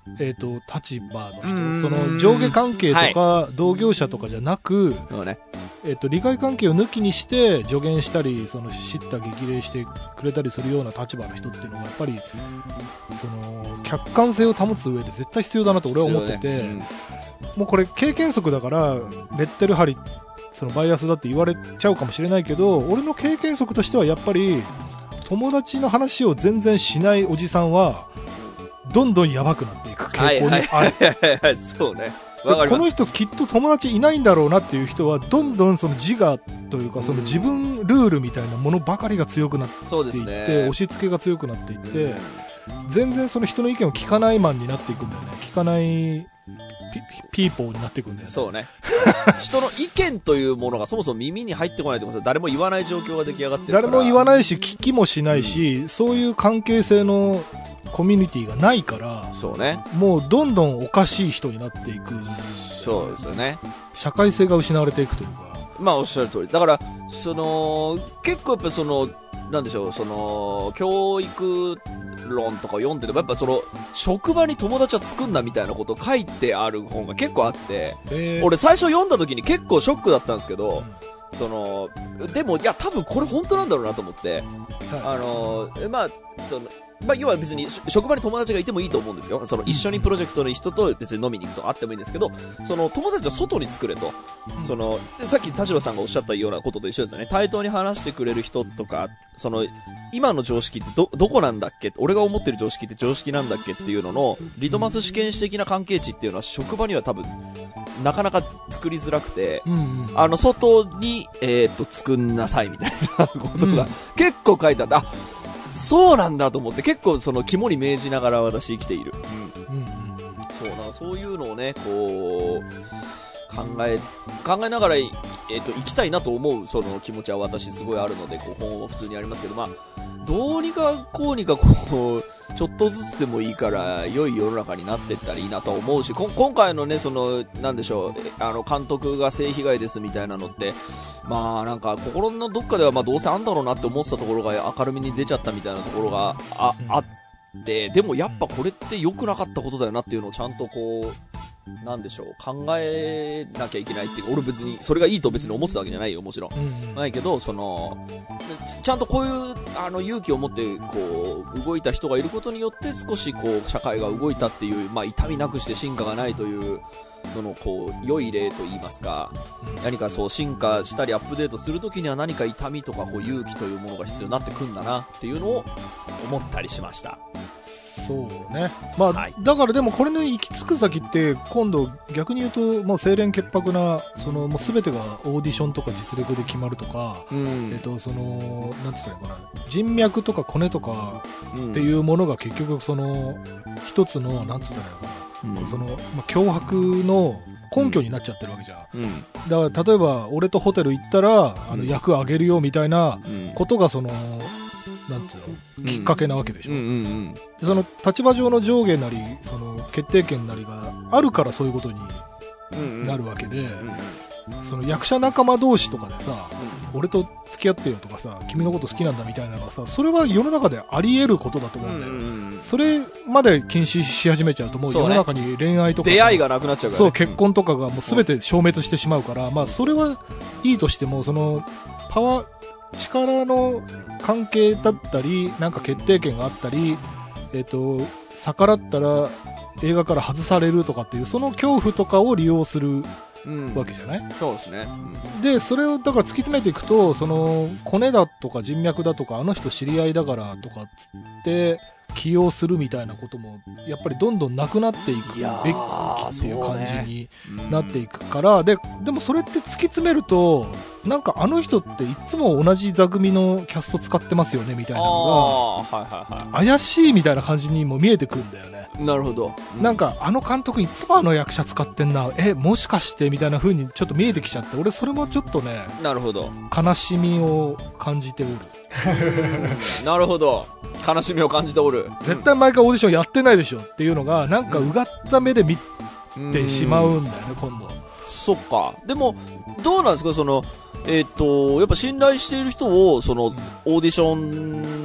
えっ、ー、と、立場の人、その上下関係とか同業者とかじゃなく、 そうね。 えっ、ー、と、利害関係を抜きにして助言したり、その叱咤激励してくれたりするような立場の人っていうのがやっぱり、その、客観性を保つ上で絶対必要だなと俺は思ってて、ね、うん、もうこれ経験則だから、レッテル貼り、そのバイアスだって言われちゃうかもしれないけど、俺の経験則としてはやっぱり、友達の話を全然しないおじさんは、どんどんやばくなっていく傾向にある。 はいはいはい、そうね。わかります。 この人きっと友達いないんだろうなっていう人は、どんどんその自我というか、その自分ルールみたいなものばかりが強くなっていって、そうですね、押し付けが強くなっていって、全然その人の意見を聞かないマンになっていくんだよね。聞かないピ, ピーポーになっていくんだよね。 そうね。人の意見というものがそもそも耳に入ってこないってことは誰も言わない状況が出来上がってるから。 誰も言わないし聞きもしないし、うん、そういう関係性のコミュニティがないから、 そうね。 もうどんどんおかしい人になっていく。 そうですよね。 社会性が失われていくというか。 まあおっしゃる通り。だからその結構やっぱそのなんでしょう、その教育論とか読んでてもやっぱその職場に友達は作んなみたいなことを書いてある本が結構あって、俺最初読んだ時に結構ショックだったんですけど、うん、そのでもいや多分これ本当なんだろうなと思って、はい、あのまあそのまあ、要は別に職場に友達がいてもいいと思うんですよ。その一緒にプロジェクトの人と別に飲みに行くとあってもいいんですけど、その友達は外に作れと。そのさっき田代さんがおっしゃったようなことと一緒ですよね。対等に話してくれる人とか、その今の常識ってどどこなんだっけ、俺が思ってる常識って常識なんだっけっていうののリトマス試験紙的な関係値っていうのは職場には多分なかなか作りづらくて、うんうん、あの外にえー、っと作んなさいみたいなことが結構書いてあって、あ、そうなんだと思って結構その肝に銘じながら私生きている。うん。うんうん、そうな、そういうのをね、こう考え考えながらえっ、と生きたいなと思うその気持ちは私すごいあるので、こう本は普通にありますけど、まあどうにかこうにかこうちょっとずつでもいいから良い世の中になっていったらいいなと思うし、こ今回のねそのなんでしょう、あの監督が性被害ですみたいなのって。まあなんか心のどっかではまあどうせあんだろうなって思ってたところが明るみに出ちゃったみたいなところが あ,、うん、あってでもやっぱこれって良くなかったことだよなっていうのをちゃんとこうなんでしょう考えなきゃいけないっていうか、俺別にそれがいいと別に思ってたわけじゃないよ、もちろん、うんうん、ないけどそのちゃんとこういうあの勇気を持ってこう動いた人がいることによって少しこう社会が動いたっていう、まあ痛みなくして進化がないというののこう良い例といいますか、何かそう進化したりアップデートするときには何か痛みとかこう勇気というものが必要になってくんだなっていうのを思ったりしました。 そうね、まあ、はい、だからでもこれの行き着く先って今度逆に言うともう清廉潔白なそのもう全てがオーディションとか実力で決まるとか、うん、えっとそのなんて言ったらいいかな、人脈とかコネとかっていうものが結局その一つのなんつったらいいのかな、うん、そのまあ、脅迫の根拠になっちゃってるわけじゃん、うん、だから例えば俺とホテル行ったらあの役あげるよみたいなことがそのなんていうのきっかけなわけでしょ、うんうんうん、でその立場上の上下なりその決定権なりがあるからそういうことになるわけで、うんうんうん、その役者仲間同士とかでさ、うん、俺と付き合ってよとかさ君のこと好きなんだみたいなのがさそれは世の中であり得ることだと思うんだよ、うんうんうん、それまで禁止し始めちゃうともう世の中に恋愛とか、ね、 出会いがなくなっちゃうから、ね、 そう結婚とかがもう全て消滅してしまうから、まあそれはいいとしてもそのパワー力の関係だったりなんか決定権があったり、えーと、逆らったら映画から外されるとかっていうその恐怖とかを利用するわけじゃない、うん、 そうですね、 うん、でそれをだから突き詰めていくとそのコネだとか人脈だとかあの人知り合いだからとかっつって起用するみたいなこともやっぱりどんどんなくなっていくべきっていう感じになっていくから、ね、で, でもそれって突き詰めるとなんかあの人っていつも同じ座組のキャスト使ってますよねみたいなのが、はいはいはい、怪しいみたいな感じにも見えてくるんだよね。 なるほど、 うん、なんかあの監督いつもあの役者使ってんなえもしかしてみたいな風にちょっと見えてきちゃって俺それもちょっとねなるほど悲しみを感じておるなるほど悲しみを感じておる絶対毎回オーディションやってないでしょっていうのがなんかうがった目で見てしまうんだよね、うん、今度。 そっか。でもどうなんですかそのえっとやっぱ信頼している人をそのオーディション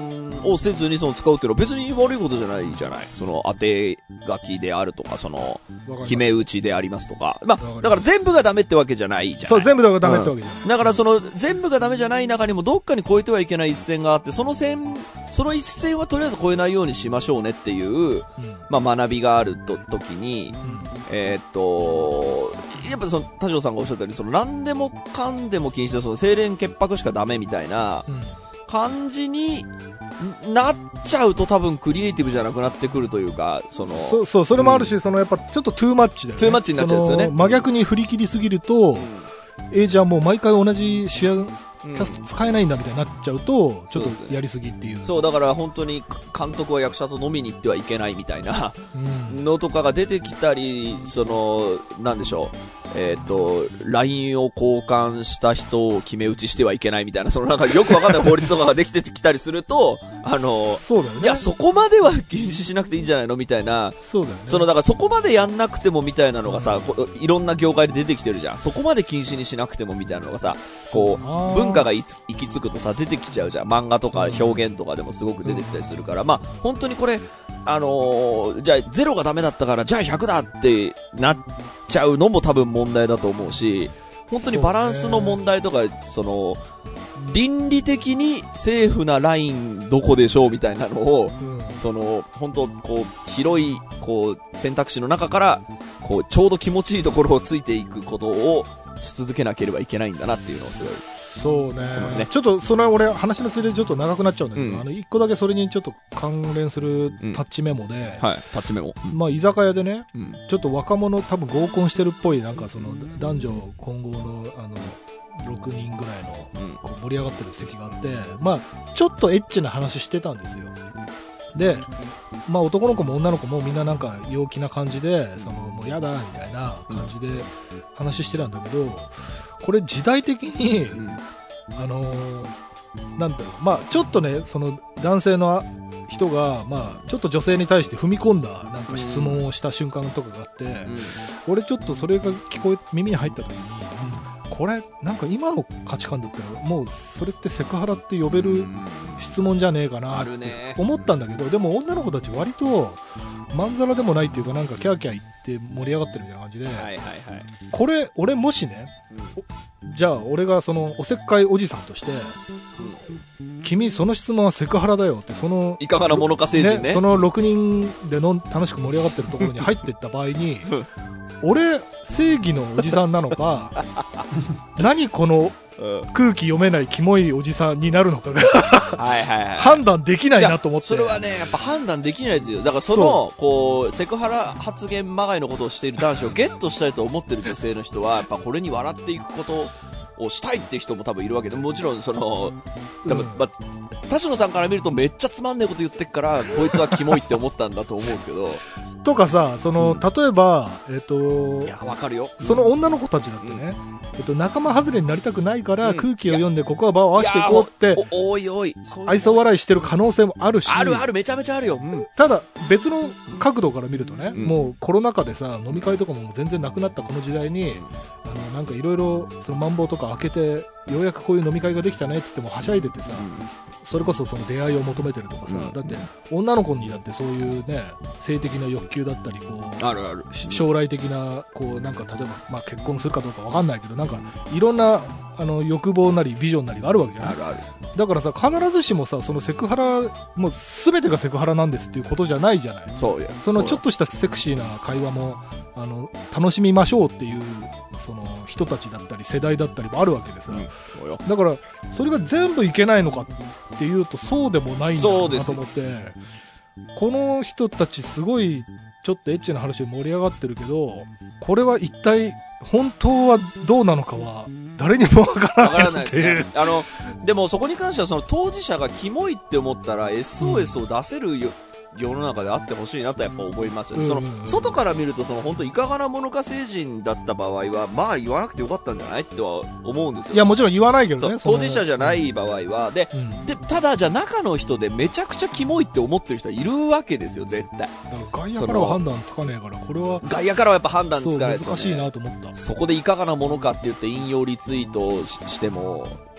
をせずにその使うっていうのは別に悪いことじゃないじゃない。その当て書きであるとか、その決め打ちでありますとか。まあ、だから全部がダメってわけじゃないじゃない。 そう、全部がダメってわけじゃない。 うん、だからその全部がダメじゃない中にもどっかに越えてはいけない一線があって、その線、その一線はとりあえず越えないようにしましょうねっていう、うん、まあ学びがあると時に、うん、えー、っと、やっぱその田代さんがおっしゃったように、その何でもかんでも禁止で、その清廉潔白しかダメみたいな感じになっちゃうと、多分クリエイティブじゃなくなってくるというか、そのそうそう、それもあるし、うん、そのやっぱちょっとトゥーマッチだよね。 トゥーマッチになっちゃうんですよね。 真逆に振り切りすぎると、うん、えじゃあもう毎回同じ主演キャスト使えないんだみたいになっちゃうと、ちょっとやりすぎっていう。 そう、だから本当に監督は役者と飲みに行ってはいけないみたいなのとかが出てきたり、その、なんでしょう、えっと、ライン を交換した人を決め打ちしてはいけないみたいな、そのなんかよくわかんない法律とかができてきたりすると、あの、 そうだよね。 いや、そこまでは禁止しなくていいんじゃないのみたいな、 そうだよね。 その、だからそこまでやんなくてもみたいなのがさ、こいろんな業界で出てきてるじゃん。そこまで禁止にしなくてもみたいなのがさ、こう、文化がいつ行き着くとさ、出てきちゃうじゃん。漫画とか表現とかでもすごく出てきたりするから、まあ、本当にこれ、あのー、じゃあゼロがダメだったから、じゃあひゃくだってなっちゃうのも多分問題だと思うし、本当にバランスの問題とか、その、倫理的にセーフなラインどこでしょうみたいなのを、うん、その、本当こう、広い、こう、選択肢の中から、こう、ちょうど気持ちいいところをついていくことをし続けなければいけないんだなっていうのをすごい。 そうね。ね、ちょっと、その俺、話のついでちょっと長くなっちゃうんだけど、うん、あの、一個だけそれにちょっと関連するタッチメモで、 うん、はい、タッチメモ。 まあ、居酒屋でね、うん、ちょっと若者多分合コンしてるっぽい、なんかその、男女混合の、あの、ろくにんぐらいの、こう盛り上がってる席があって、まあ、ちょっとエッチな話してたんですよ。で、まあ、男の子も女の子もみんななんか陽気な感じで、その、もうやだ、みたいな感じで話してたんだけど、これ時代的に、うん、あのー、なんだろう、まあちょっとね、その男性の人が、まあちょっと女性に対して踏み込んだなんか質問をした瞬間とかがあって、うん、俺ちょっとそれが聞こえ、耳に入った時に、うん、これなんか今の価値観だったらもうそれってセクハラって呼べる質問じゃねえかなって思ったんだけど、でも女の子たち割とまんざらでもないっていうか、なんかキャーキャー言って盛り上がってるみたいな感じで、はいはいはい、これ俺もしね、うん、じゃあ俺がそのおせっかいおじさんとして、うん、君その質問はセクハラだよって、そのいかがなものか星人 ね, ねそのろくにんでの楽しく盛り上がってるところに入っていった場合に俺正義のおじさんなのか何この空気読めないキモいおじさんになるのかがはいはい、はい、判断できないなと思って。 それはね、やっぱ判断できないですよ。だからそのこうセクハラ発言まがいのことをしている男子をゲットしたいと思っている女性の人はやっぱこれに笑っていくことをしたいっていう人も多分いるわけで、もちろんその多分、うんまあ、田代さんから見るとめっちゃつまんねえこと言ってっからこいつはキモいって思ったんだと思うんですけどとかさ、その、うん、例えば、えっと、 いや、わかるよ。 その女の子たちだってね、うん、えっと、仲間外れになりたくないから、うん、空気を読んで、ここは場を合わせていこうって、 おいおい、 愛想笑いしてる可能性もあるし、 あるある、めちゃめちゃあるよ。うん、 ただ、別の角度から見るとね、うん、もうコロナ禍でさ、飲み会とかも全然なくなったこの時代に、あの、なんかいろいろ、そのマンボウとか開けて、ようやくこういう飲み会ができたねっつってもはしゃいでてさ、うん、それこそその出会いを求めてるとかさ、うん、だって女の子にだってそういうね性的な欲求だったりこうあるある、 将来的なこうなんか例えば、まあ、結婚するかどうかわかんないけどなんかいろんなあの欲望なりビジョンなりがあるわけじゃない。あるある。だからさ必ずしもさそのセクハラもう全てがセクハラなんですっていうことじゃないじゃない。 そうや。 そのちょっとしたセクシーな会話もあの楽しみましょうっていうその人たちだったり世代だったりもあるわけでさ、うん、そうよ。だからそれが全部いけないのかっていうとそうでもないんだなと思って、この人たちすごいちょっとエッチな話で盛り上がってるけど、これは一体本当はどうなのかは誰にもわからないっていう。 あのでもそこに関してはその当事者がキモいって思ったら エスオーエス を出せるよ、うん世の中であってほしいなとやっぱ思いますよね、うんうんうん、その外から見るとその本当いかがなものか星人だった場合はまあ言わなくてよかったんじゃないっては思うんですよ。 いやもちろん言わないけどね、 当事者じゃない場合はで、うん、でただじゃあ中の人でめちゃくちゃキモいって思ってる人はいるわけですよ絶対。だから外野からは判断つかねえからこれは外野からはやっぱ判断つかないですよね。 難しいなと思った。 そこでいかがなものかって言って引用リツイート し, しても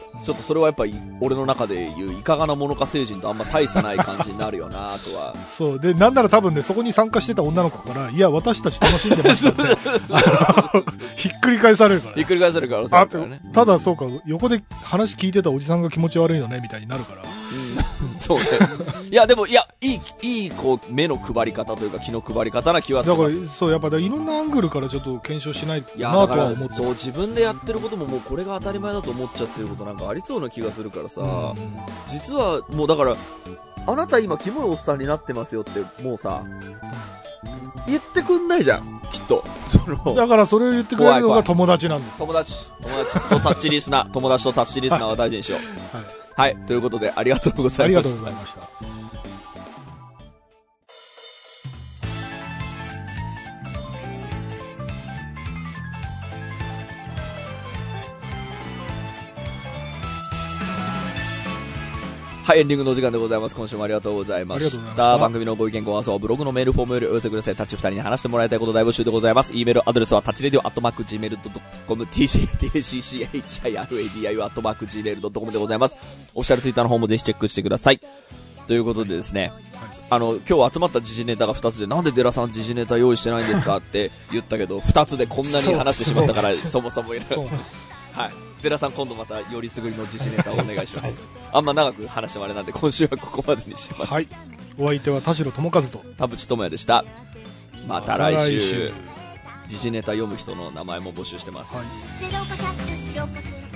ちょっとそれはやっぱり俺の中でいういかがなものか星人とあんま大差ない感じになるよなとは。 そうで、なんなら多分ね、そこに参加してた女の子からいや私たち楽しんでましたってひっくり返されるから、 ひっくり返されるからさ、ね、 ただそうか、横で話聞いてたおじさんが気持ち悪いよねみたいになるから、 うん、そうね。いやでもいやいいいいこう目の配り方というか気の配り方な気はします。 だからそうやっぱいろんなアングルからちょっと検証しないなとは思って。 そう自分でやってることももうこれが当たり前だと思っちゃってることなんかありそうな気がするからさ、うん、実はもうだからあなた今キモいおっさんになってますよってもうさ言ってくんないじゃんきっと。そのだからそれを言ってくれるのが友達なんです。 友達友達とタッチリスナー友達とタッチリスナーは大事にしよう。はい、はい、ということでありがとうございました。ありがとうございました。はい、エンディングのお時間でございます。今週もありがとうございました。した番組のご意見ご感想はブログのメールフォームよりお寄せください。タッチふたりに話してもらいたいこと大募集でございます。E メールアドレスはタッチレディオアットマーク ジーメールドットコム ティージェーティーシーシーエイチアイアールエーディーアイ アットマーク ジーメールドットコム でございます。オフィシャルツイッターの方もぜひチェックしてください。ということでですね、あの今日集まった時事ネタがふたつで、なんでデラさん時事ネタ用意してないんですかって言ったけどふたつでこんなに話してしまったからそもそもいらない。はい、デラさん今度またよりすぐりの時事ネタをお願いします。あんま長く話してもあれなんで今週はここまでにします。はい、 お相手は田代智和と田淵智也でした。また来週。時事ネタ読む人の名前も募集してます。はい